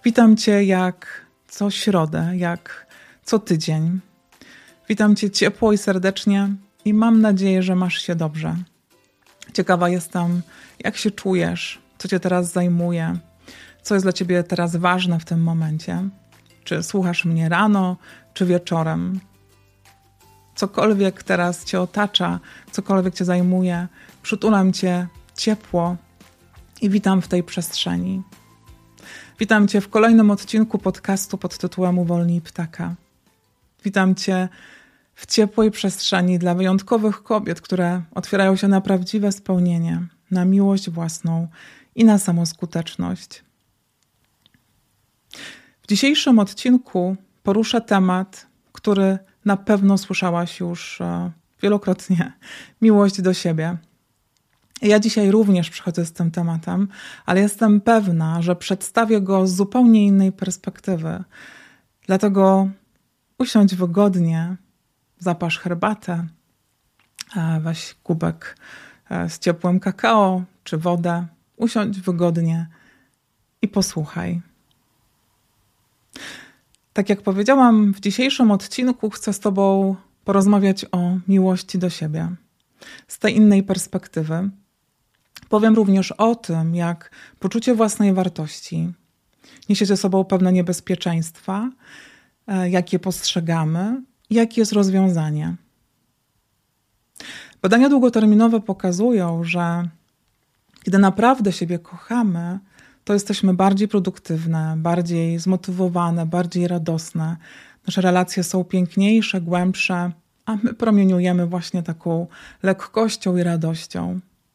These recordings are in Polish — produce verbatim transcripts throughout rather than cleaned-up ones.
Witam Cię jak co środę, jak co tydzień. Witam Cię ciepło i serdecznie i mam nadzieję, że masz się dobrze. Ciekawa jestem, jak się czujesz, co Cię teraz zajmuje, co jest dla Ciebie teraz ważne w tym momencie. Czy słuchasz mnie rano, czy wieczorem. Cokolwiek teraz Cię otacza, cokolwiek Cię zajmuje, przytulam Cię ciepło i witam w tej przestrzeni. Witam Cię w kolejnym odcinku podcastu pod tytułem Uwolnij ptaka. Witam Cię w ciepłej przestrzeni dla wyjątkowych kobiet, które otwierają się na prawdziwe spełnienie, na miłość własną i na samoskuteczność. W dzisiejszym odcinku poruszę temat, który na pewno słyszałaś już wielokrotnie. Miłość do siebie. Ja dzisiaj również przychodzę z tym tematem, ale jestem pewna, że przedstawię go z zupełnie innej perspektywy. Dlatego usiądź wygodnie, zaparz herbatę, weź kubek z ciepłym kakao czy wodę, usiądź wygodnie i posłuchaj. Tak jak powiedziałam, w dzisiejszym odcinku chcę z Tobą porozmawiać o miłości do siebie z tej innej perspektywy. Powiem również o tym, jak poczucie własnej wartości niesie ze sobą pewne niebezpieczeństwa, jak je postrzegamy i jakie jest rozwiązanie. Badania długoterminowe pokazują, że kiedy naprawdę siebie kochamy, to jesteśmy bardziej produktywne, bardziej zmotywowane, bardziej radosne. Nasze relacje są piękniejsze, głębsze, a my promieniujemy właśnie taką lekkością i radością.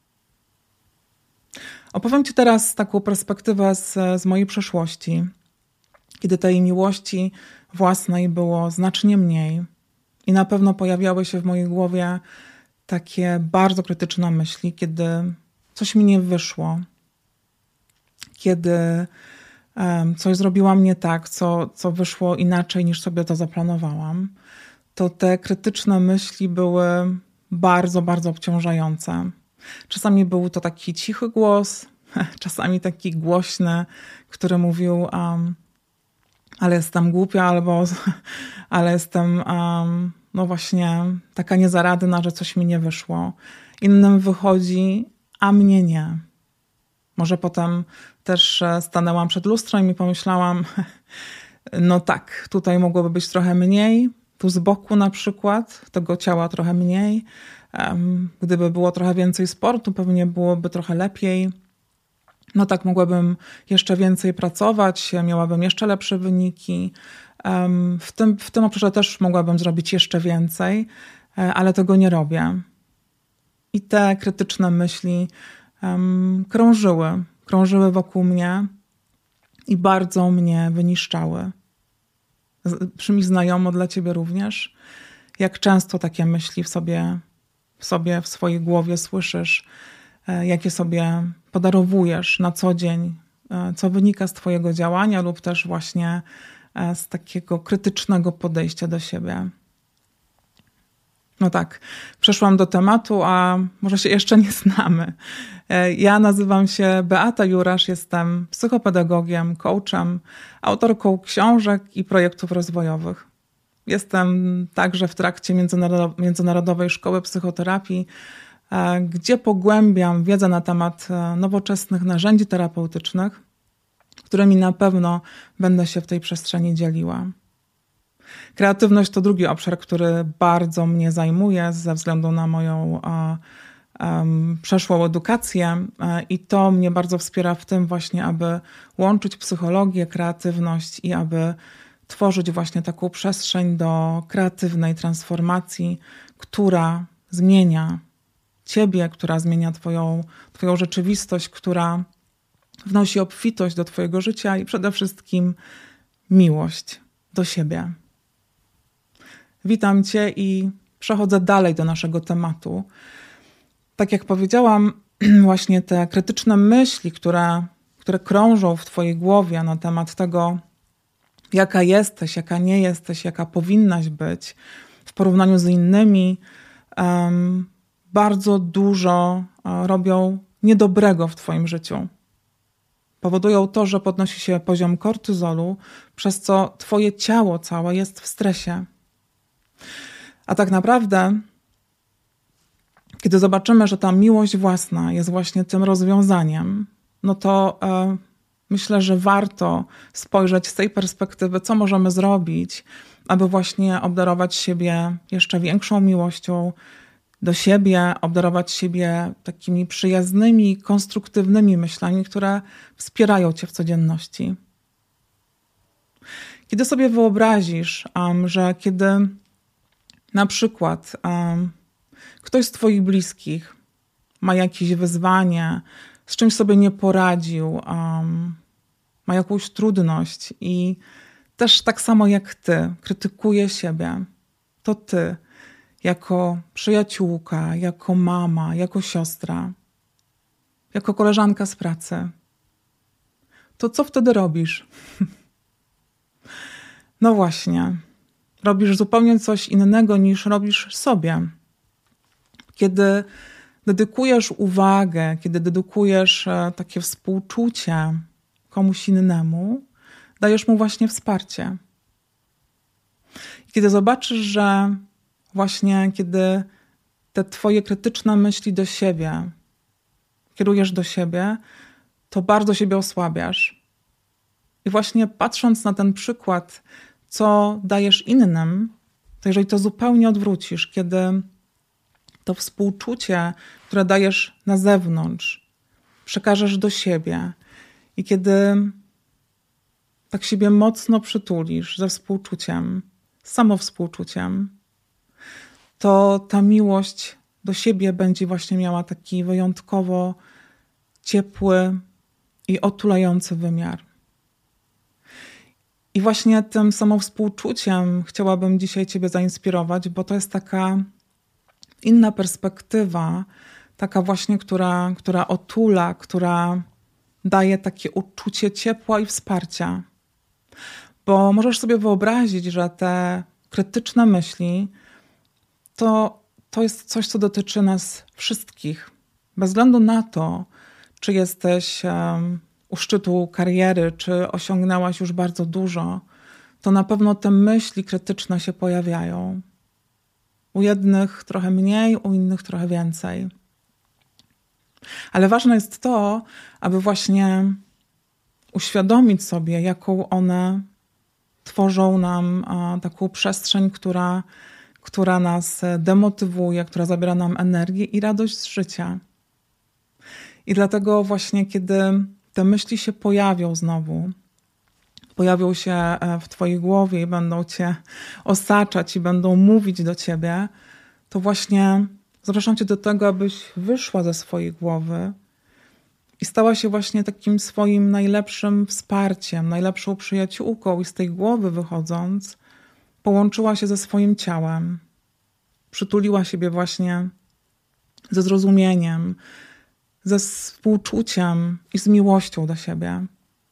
Opowiem Ci teraz taką perspektywę z, z mojej przeszłości, kiedy tej miłości własnej było znacznie mniej i na pewno pojawiały się w mojej głowie takie bardzo krytyczne myśli, kiedy coś mi nie wyszło, kiedy um, coś zrobiłam nie tak, co, co wyszło inaczej niż sobie to zaplanowałam, to te krytyczne myśli były bardzo, bardzo obciążające. Czasami był to taki cichy głos, czasami taki głośny, który mówił um, ale jestem głupia, albo ale jestem um, no właśnie taka niezaradna, że coś mi nie wyszło. Innym wychodzi, a mnie nie. Może potem też stanęłam przed lustrem i pomyślałam, no tak, tutaj mogłoby być trochę mniej, tu z boku na przykład, tego ciała trochę mniej. Um, gdyby było trochę więcej sportu, pewnie byłoby trochę lepiej. No tak, mogłabym jeszcze więcej pracować, miałabym jeszcze lepsze wyniki. Um, w tym, w tym obszarze też mogłabym zrobić jeszcze więcej, ale tego nie robię. I te krytyczne myśli um, krążyły, krążyły wokół mnie i bardzo mnie wyniszczały. Brzmi znajomo dla Ciebie również? Jak często takie myśli w sobie w sobie, w swojej głowie słyszysz, jakie sobie podarowujesz na co dzień, co wynika z Twojego działania lub też właśnie z takiego krytycznego podejścia do siebie. No tak, przeszłam do tematu, a może się jeszcze nie znamy. Ja nazywam się Beata Jurasz, jestem psychopedagogiem, coachem, autorką książek i projektów rozwojowych. Jestem także w trakcie Międzynarodowej Szkoły Psychoterapii, gdzie pogłębiam wiedzę na temat nowoczesnych narzędzi terapeutycznych, którymi na pewno będę się w tej przestrzeni dzieliła. Kreatywność to drugi obszar, który bardzo mnie zajmuje ze względu na moją um, przeszłą edukację i to mnie bardzo wspiera w tym właśnie, aby łączyć psychologię, kreatywność i aby tworzyć właśnie taką przestrzeń do kreatywnej transformacji, która zmienia Ciebie, która zmienia twoją, twoją rzeczywistość, która wnosi obfitość do Twojego życia i przede wszystkim miłość do siebie. Witam Cię i przechodzę dalej do naszego tematu. Tak jak powiedziałam, właśnie te krytyczne myśli, które, które krążą w Twojej głowie na temat tego, jaka jesteś, jaka nie jesteś, jaka powinnaś być w porównaniu z innymi, um, bardzo dużo robią niedobrego w Twoim życiu. Powodują to, że podnosi się poziom kortyzolu, przez co twoje ciało całe jest w stresie. A tak naprawdę, kiedy zobaczymy, że ta miłość własna jest właśnie tym rozwiązaniem, no to e, myślę, że warto spojrzeć z tej perspektywy, co możemy zrobić, aby właśnie obdarować siebie jeszcze większą miłością do siebie, obdarować siebie takimi przyjaznymi, konstruktywnymi myślami, które wspierają cię w codzienności. Kiedy sobie wyobrazisz, um, że kiedy na przykład um, ktoś z twoich bliskich ma jakieś wyzwanie, z czymś sobie nie poradził, um, ma jakąś trudność i też tak samo jak ty krytykuje siebie, to ty jako przyjaciółka, jako mama, jako siostra, jako koleżanka z pracy, to co wtedy robisz? No właśnie, robisz zupełnie coś innego niż robisz sobie. Kiedy dedykujesz uwagę, kiedy dedykujesz takie współczucie komuś innemu, dajesz mu właśnie wsparcie. Kiedy zobaczysz, że właśnie kiedy te twoje krytyczne myśli do siebie kierujesz do siebie, to bardzo siebie osłabiasz. I właśnie patrząc na ten przykład, co dajesz innym, to jeżeli to zupełnie odwrócisz, kiedy to współczucie, które dajesz na zewnątrz, przekażesz do siebie i kiedy tak siebie mocno przytulisz ze współczuciem, z samowspółczuciem, to ta miłość do siebie będzie właśnie miała taki wyjątkowo ciepły i otulający wymiar. I właśnie tym samowspółczuciem chciałabym dzisiaj ciebie zainspirować, bo to jest taka inna perspektywa, taka właśnie, która, która otula, która daje takie uczucie ciepła i wsparcia. Bo możesz sobie wyobrazić, że te krytyczne myśli to, to jest coś, co dotyczy nas wszystkich. Bez względu na to, czy jesteś um, u szczytu kariery, czy osiągnęłaś już bardzo dużo, to na pewno te myśli krytyczne się pojawiają. U jednych trochę mniej, u innych trochę więcej. Ale ważne jest to, aby właśnie uświadomić sobie, jaką one tworzą nam a, taką przestrzeń, która, która nas demotywuje, która zabiera nam energię i radość z życia. I dlatego właśnie, kiedy te myśli się pojawią znowu, pojawią się w twojej głowie i będą cię osaczać i będą mówić do ciebie, to właśnie zapraszam cię do tego, abyś wyszła ze swojej głowy i stała się właśnie takim swoim najlepszym wsparciem, najlepszą przyjaciółką i z tej głowy wychodząc połączyła się ze swoim ciałem. Przytuliła siebie właśnie ze zrozumieniem, ze współczuciem i z miłością do siebie.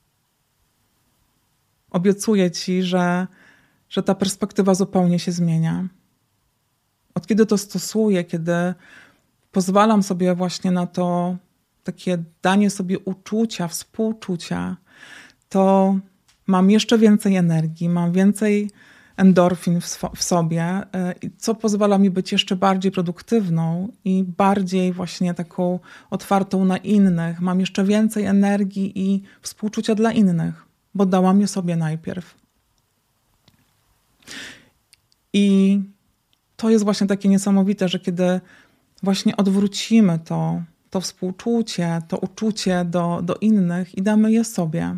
Obiecuję ci, że, że ta perspektywa zupełnie się zmienia. Od kiedy to stosuję, kiedy pozwalam sobie właśnie na to takie danie sobie uczucia, współczucia, to mam jeszcze więcej energii, mam więcej endorfin w, swo- w sobie, co pozwala mi być jeszcze bardziej produktywną i bardziej właśnie taką otwartą na innych. Mam jeszcze więcej energii i współczucia dla innych, bo dałam je sobie najpierw. I to jest właśnie takie niesamowite, że kiedy właśnie odwrócimy to, to współczucie, to uczucie do, do innych i damy je sobie.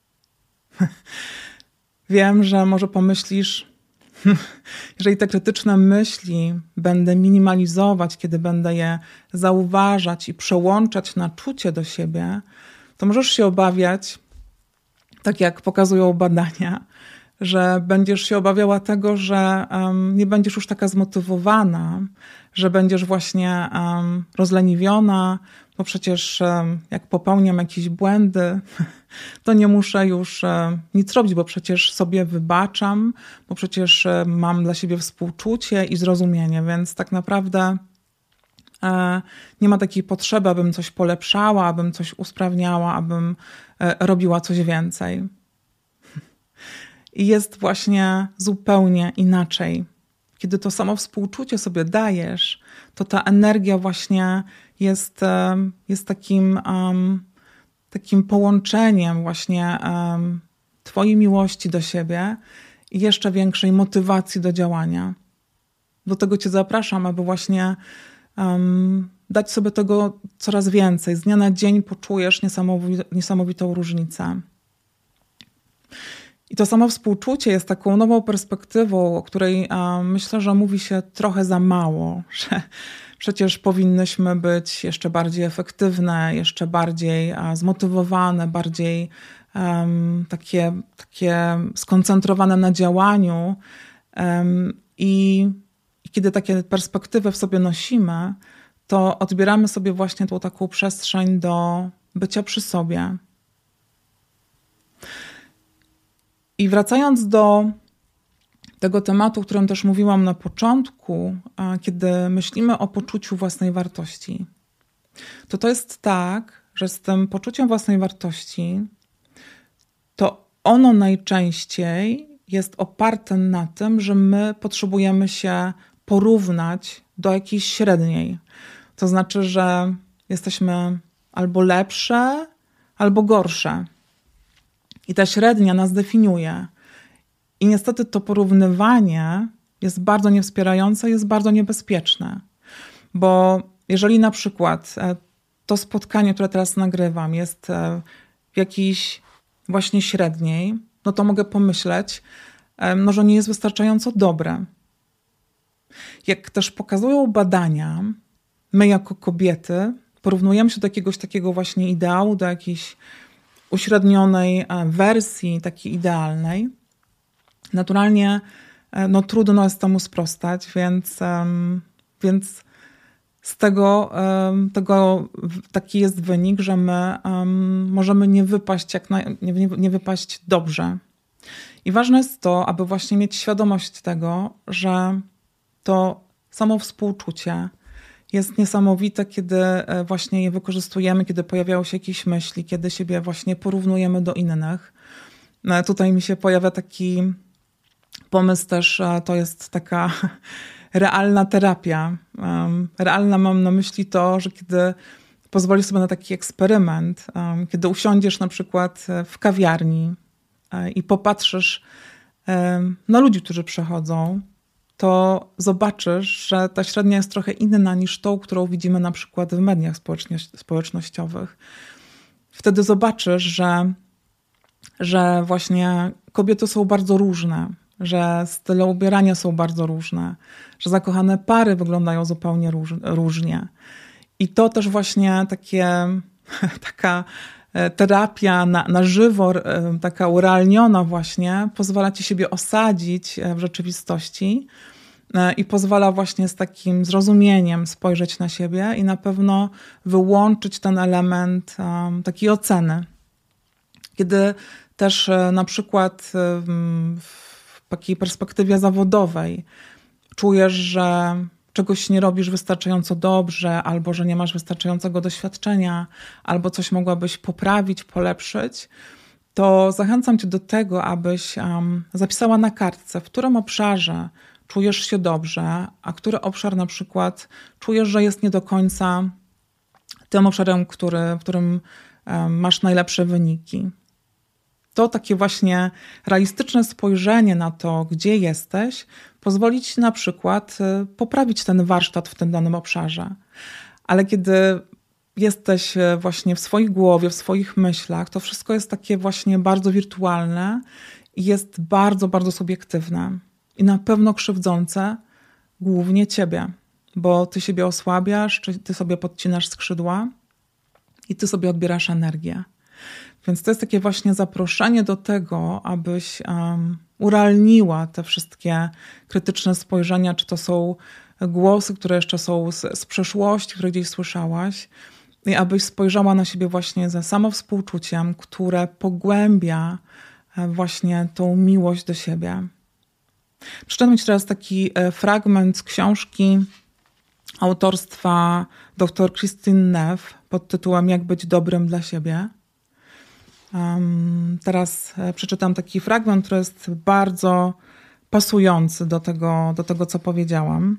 Wiem, że może pomyślisz, jeżeli te krytyczne myśli będę minimalizować, kiedy będę je zauważać i przełączać na czucie do siebie, to możesz się obawiać, tak jak pokazują badania, że będziesz się obawiała tego, że um, nie będziesz już taka zmotywowana, że będziesz właśnie um, rozleniwiona, bo przecież um, jak popełniam jakieś błędy, to nie muszę już um, nic robić, bo przecież sobie wybaczam, bo przecież um, mam dla siebie współczucie i zrozumienie, więc tak naprawdę Nie ma takiej potrzeby, abym coś polepszała, abym coś usprawniała, abym robiła coś więcej. I jest właśnie zupełnie inaczej. Kiedy to samo współczucie sobie dajesz, to ta energia właśnie jest, jest takim, um, takim połączeniem właśnie um, twojej miłości do siebie i jeszcze większej motywacji do działania. Do tego cię zapraszam, aby właśnie um, dać sobie tego coraz więcej. Z dnia na dzień poczujesz niesamowitą, niesamowitą różnicę. I to samo współczucie jest taką nową perspektywą, o której a, myślę, że mówi się trochę za mało, że przecież powinnyśmy być jeszcze bardziej efektywne, jeszcze bardziej a, zmotywowane, bardziej um, takie, takie skoncentrowane na działaniu. Um, i, I kiedy takie perspektywy w sobie nosimy, to odbieramy sobie właśnie tą taką przestrzeń do bycia przy sobie. I wracając do tego tematu, o którym też mówiłam na początku, kiedy myślimy o poczuciu własnej wartości, to to jest tak, że z tym poczuciem własnej wartości to ono najczęściej jest oparte na tym, że my potrzebujemy się porównać do jakiejś średniej. To znaczy, że jesteśmy albo lepsze, albo gorsze. I ta średnia nas definiuje. I niestety to porównywanie jest bardzo niewspierające, jest bardzo niebezpieczne. Bo jeżeli na przykład to spotkanie, które teraz nagrywam, jest w jakiejś właśnie średniej, no to mogę pomyśleć, no, że nie jest wystarczająco dobre. Jak też pokazują badania, my jako kobiety porównujemy się do jakiegoś takiego właśnie ideału, do jakiejś uśrednionej wersji, takiej idealnej. Naturalnie no, trudno jest temu sprostać, więc, um, więc z tego, um, tego taki jest wynik, że my um, możemy nie wypaść, jak na, nie, nie wypaść dobrze. I ważne jest to, aby właśnie mieć świadomość tego, że to samo współczucie jest niesamowite, kiedy właśnie je wykorzystujemy, kiedy pojawiają się jakieś myśli, kiedy siebie właśnie porównujemy do innych. Tutaj mi się pojawia taki pomysł też, to jest taka realna terapia. Realna mam na myśli to, że kiedy pozwolisz sobie na taki eksperyment, kiedy usiądziesz na przykład w kawiarni i popatrzysz na ludzi, którzy przechodzą, to zobaczysz, że ta średnia jest trochę inna niż tą, którą widzimy na przykład w mediach społecznościowych. Wtedy zobaczysz, że, że właśnie kobiety są bardzo różne, że style ubierania są bardzo różne, że zakochane pary wyglądają zupełnie róż, różnie. I to też właśnie takie, taka terapia na, na żywo, taka urealniona właśnie, pozwala ci siebie osadzić w rzeczywistości i pozwala właśnie z takim zrozumieniem spojrzeć na siebie i na pewno wyłączyć ten element um, takiej oceny. Kiedy też na przykład w takiej perspektywie zawodowej czujesz, że czegoś nie robisz wystarczająco dobrze, albo że nie masz wystarczającego doświadczenia, albo coś mogłabyś poprawić, polepszyć, to zachęcam cię do tego, abyś um, zapisała na kartce, w którym obszarze czujesz się dobrze, a który obszar na przykład czujesz, że jest nie do końca tym obszarem, który, w którym um, masz najlepsze wyniki. To takie właśnie realistyczne spojrzenie na to, gdzie jesteś, pozwoli ci na przykład poprawić ten warsztat w tym danym obszarze. Ale kiedy jesteś właśnie w swojej głowie, w swoich myślach, to wszystko jest takie właśnie bardzo wirtualne i jest bardzo, bardzo subiektywne. I na pewno krzywdzące głównie ciebie, bo ty siebie osłabiasz, czy ty sobie podcinasz skrzydła i ty sobie odbierasz energię. Więc to jest takie właśnie zaproszenie do tego, abyś um, urealniła te wszystkie krytyczne spojrzenia, czy to są głosy, które jeszcze są z, z przeszłości, które gdzieś słyszałaś, i abyś spojrzała na siebie właśnie ze samowspółczuciem, które pogłębia właśnie tą miłość do siebie. Przeczytam ci teraz taki fragment z książki autorstwa dr Christine Neff pod tytułem Jak być dobrym dla siebie. Um, teraz przeczytam taki fragment, który jest bardzo pasujący do tego, do tego co powiedziałam.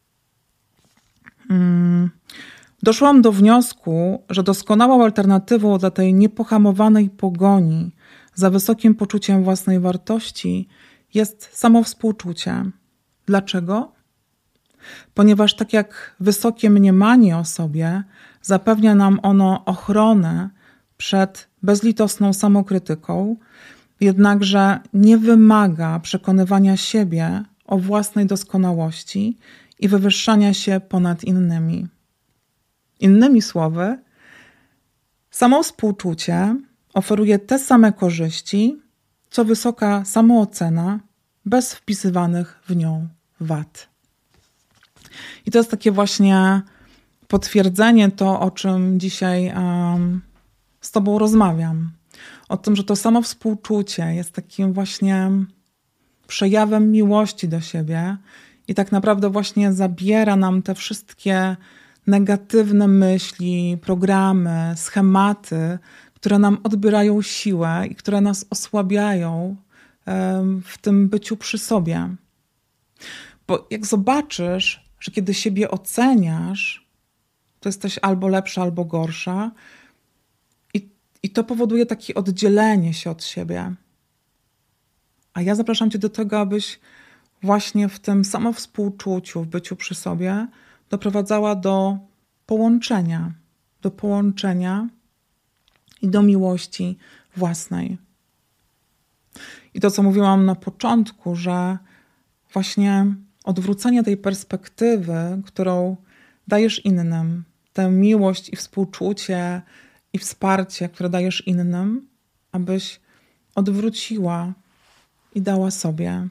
Um, Doszłam do wniosku, że doskonałą alternatywą dla tej niepohamowanej pogoni za wysokim poczuciem własnej wartości jest samowspółczucie. Dlaczego? Ponieważ tak jak wysokie mniemanie o sobie zapewnia nam ono ochronę przed bezlitosną samokrytyką, jednakże nie wymaga przekonywania siebie o własnej doskonałości i wywyższania się ponad innymi. Innymi słowy, samowspółczucie oferuje te same korzyści, co wysoka samoocena bez wpisywanych w nią wad. I to jest takie właśnie potwierdzenie to, o czym dzisiaj um, z Tobą rozmawiam. O tym, że to samowspółczucie jest takim właśnie przejawem miłości do siebie i tak naprawdę właśnie zabiera nam te wszystkie negatywne myśli, programy, schematy, które nam odbierają siłę i które nas osłabiają um, w tym byciu przy sobie. Bo jak zobaczysz, że kiedy siebie oceniasz, to jesteś albo lepsza, albo gorsza i, i to powoduje takie oddzielenie się od siebie. A ja zapraszam Cię do tego, abyś właśnie w tym samowspółczuciu, w byciu przy sobie doprowadzała do połączenia, do połączenia i do miłości własnej. I to, co mówiłam na początku, że właśnie odwrócenie tej perspektywy, którą dajesz innym, tę miłość i współczucie i wsparcie, które dajesz innym, abyś odwróciła i dała sobie.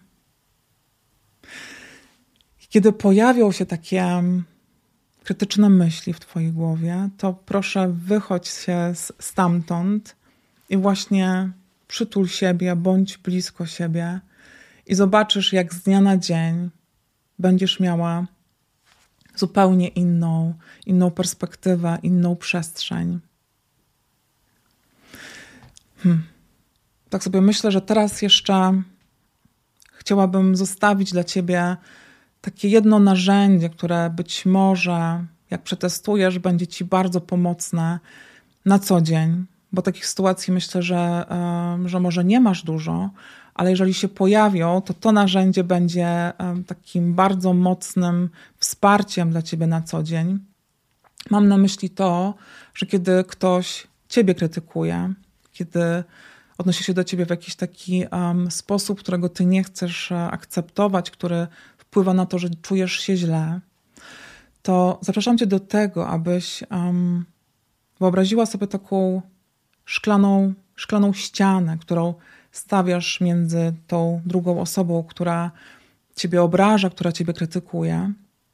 I kiedy pojawią się takie krytyczne myśli w Twojej głowie, to proszę wychodź się stamtąd i właśnie przytul siebie, bądź blisko siebie i zobaczysz, jak z dnia na dzień będziesz miała zupełnie inną, inną perspektywę, inną przestrzeń. Hmm. Tak sobie myślę, że teraz jeszcze chciałabym zostawić dla Ciebie takie jedno narzędzie, które być może, jak przetestujesz, będzie Ci bardzo pomocne na co dzień, bo takich sytuacji myślę, że, że może nie masz dużo, ale jeżeli się pojawią, to to narzędzie będzie takim bardzo mocnym wsparciem dla Ciebie na co dzień. Mam na myśli to, że kiedy ktoś Ciebie krytykuje, kiedy odnosi się do Ciebie w jakiś taki um, sposób, którego Ty nie chcesz akceptować, który wpływa na to, że czujesz się źle, to zapraszam Cię do tego, abyś um, wyobraziła sobie taką szklaną, szklaną ścianę, którą stawiasz między tą drugą osobą, która Ciebie obraża, która Ciebie krytykuje.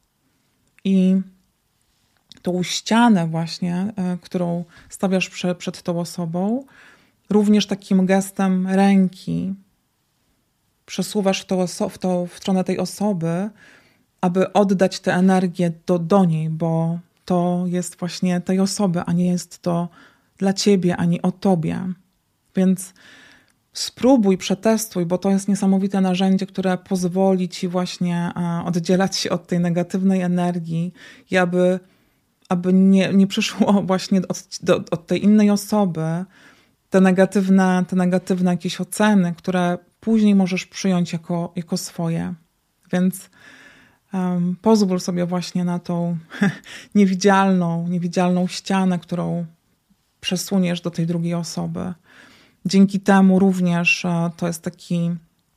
I tą ścianę właśnie, y, którą stawiasz prze, przed tą osobą, również takim gestem ręki przesuwasz w, tą oso- w, tą, w stronę tej osoby, aby oddać tę energię do, do niej, bo to jest właśnie tej osoby, a nie jest to dla Ciebie, ani o Tobie. Więc spróbuj, przetestuj, bo to jest niesamowite narzędzie, które pozwoli Ci właśnie oddzielać się od tej negatywnej energii i aby, aby nie, nie przyszło właśnie od, do, od tej innej osoby te negatywne, te negatywne jakieś oceny, które później możesz przyjąć jako, jako swoje. Więc um, pozwól sobie właśnie na tą niewidzialną, niewidzialną ścianę, którą przesuniesz do tej drugiej osoby. Dzięki temu również uh, to jest taki,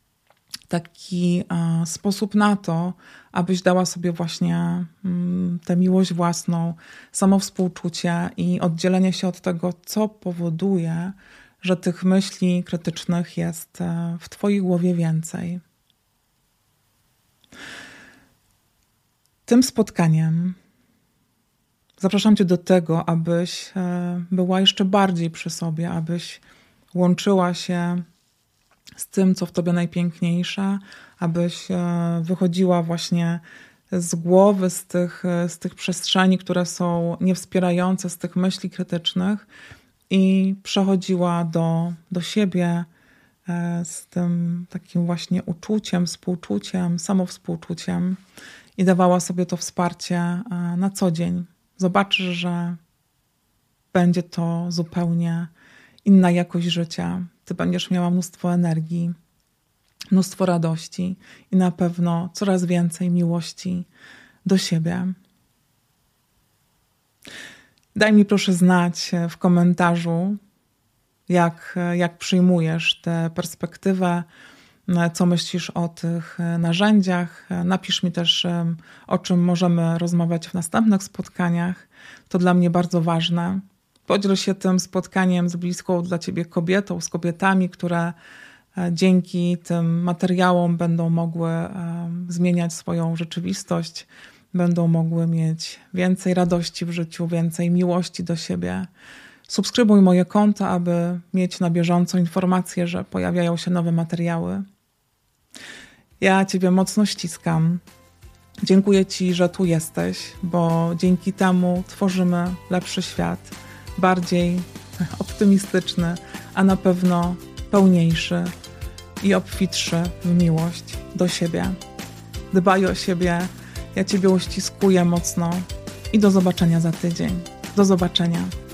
taki uh, sposób na to, abyś dała sobie właśnie um, tę miłość własną, samowspółczucie i oddzielenie się od tego, co powoduje, że tych myśli krytycznych jest uh, w Twojej głowie więcej. Tym spotkaniem zapraszam Cię do tego, abyś uh, była jeszcze bardziej przy sobie, abyś łączyła się z tym, co w Tobie najpiękniejsze, abyś wychodziła właśnie z głowy, z tych, z tych przestrzeni, które są niewspierające, z tych myśli krytycznych i przechodziła do, do siebie z tym takim właśnie uczuciem, współczuciem, samowspółczuciem i dawała sobie to wsparcie na co dzień. Zobaczysz, że będzie to zupełnie inna jakość życia. Ty będziesz miała mnóstwo energii, mnóstwo radości i na pewno coraz więcej miłości do siebie. Daj mi proszę znać w komentarzu, jak, jak przyjmujesz tę perspektywę, co myślisz o tych narzędziach. Napisz mi też, o czym możemy rozmawiać w następnych spotkaniach. To dla mnie bardzo ważne. Podziel się tym spotkaniem z bliską dla ciebie kobietą, z kobietami, które dzięki tym materiałom będą mogły zmieniać swoją rzeczywistość, będą mogły mieć więcej radości w życiu, więcej miłości do siebie. Subskrybuj moje konto, aby mieć na bieżąco informacje, że pojawiają się nowe materiały. Ja ciebie mocno ściskam. Dziękuję ci, że tu jesteś, bo dzięki temu tworzymy lepszy świat, bardziej optymistyczny, a na pewno pełniejszy i obfitszy w miłość do siebie. Dbaj o siebie, ja ciebie uściskuję mocno i do zobaczenia za tydzień. Do zobaczenia.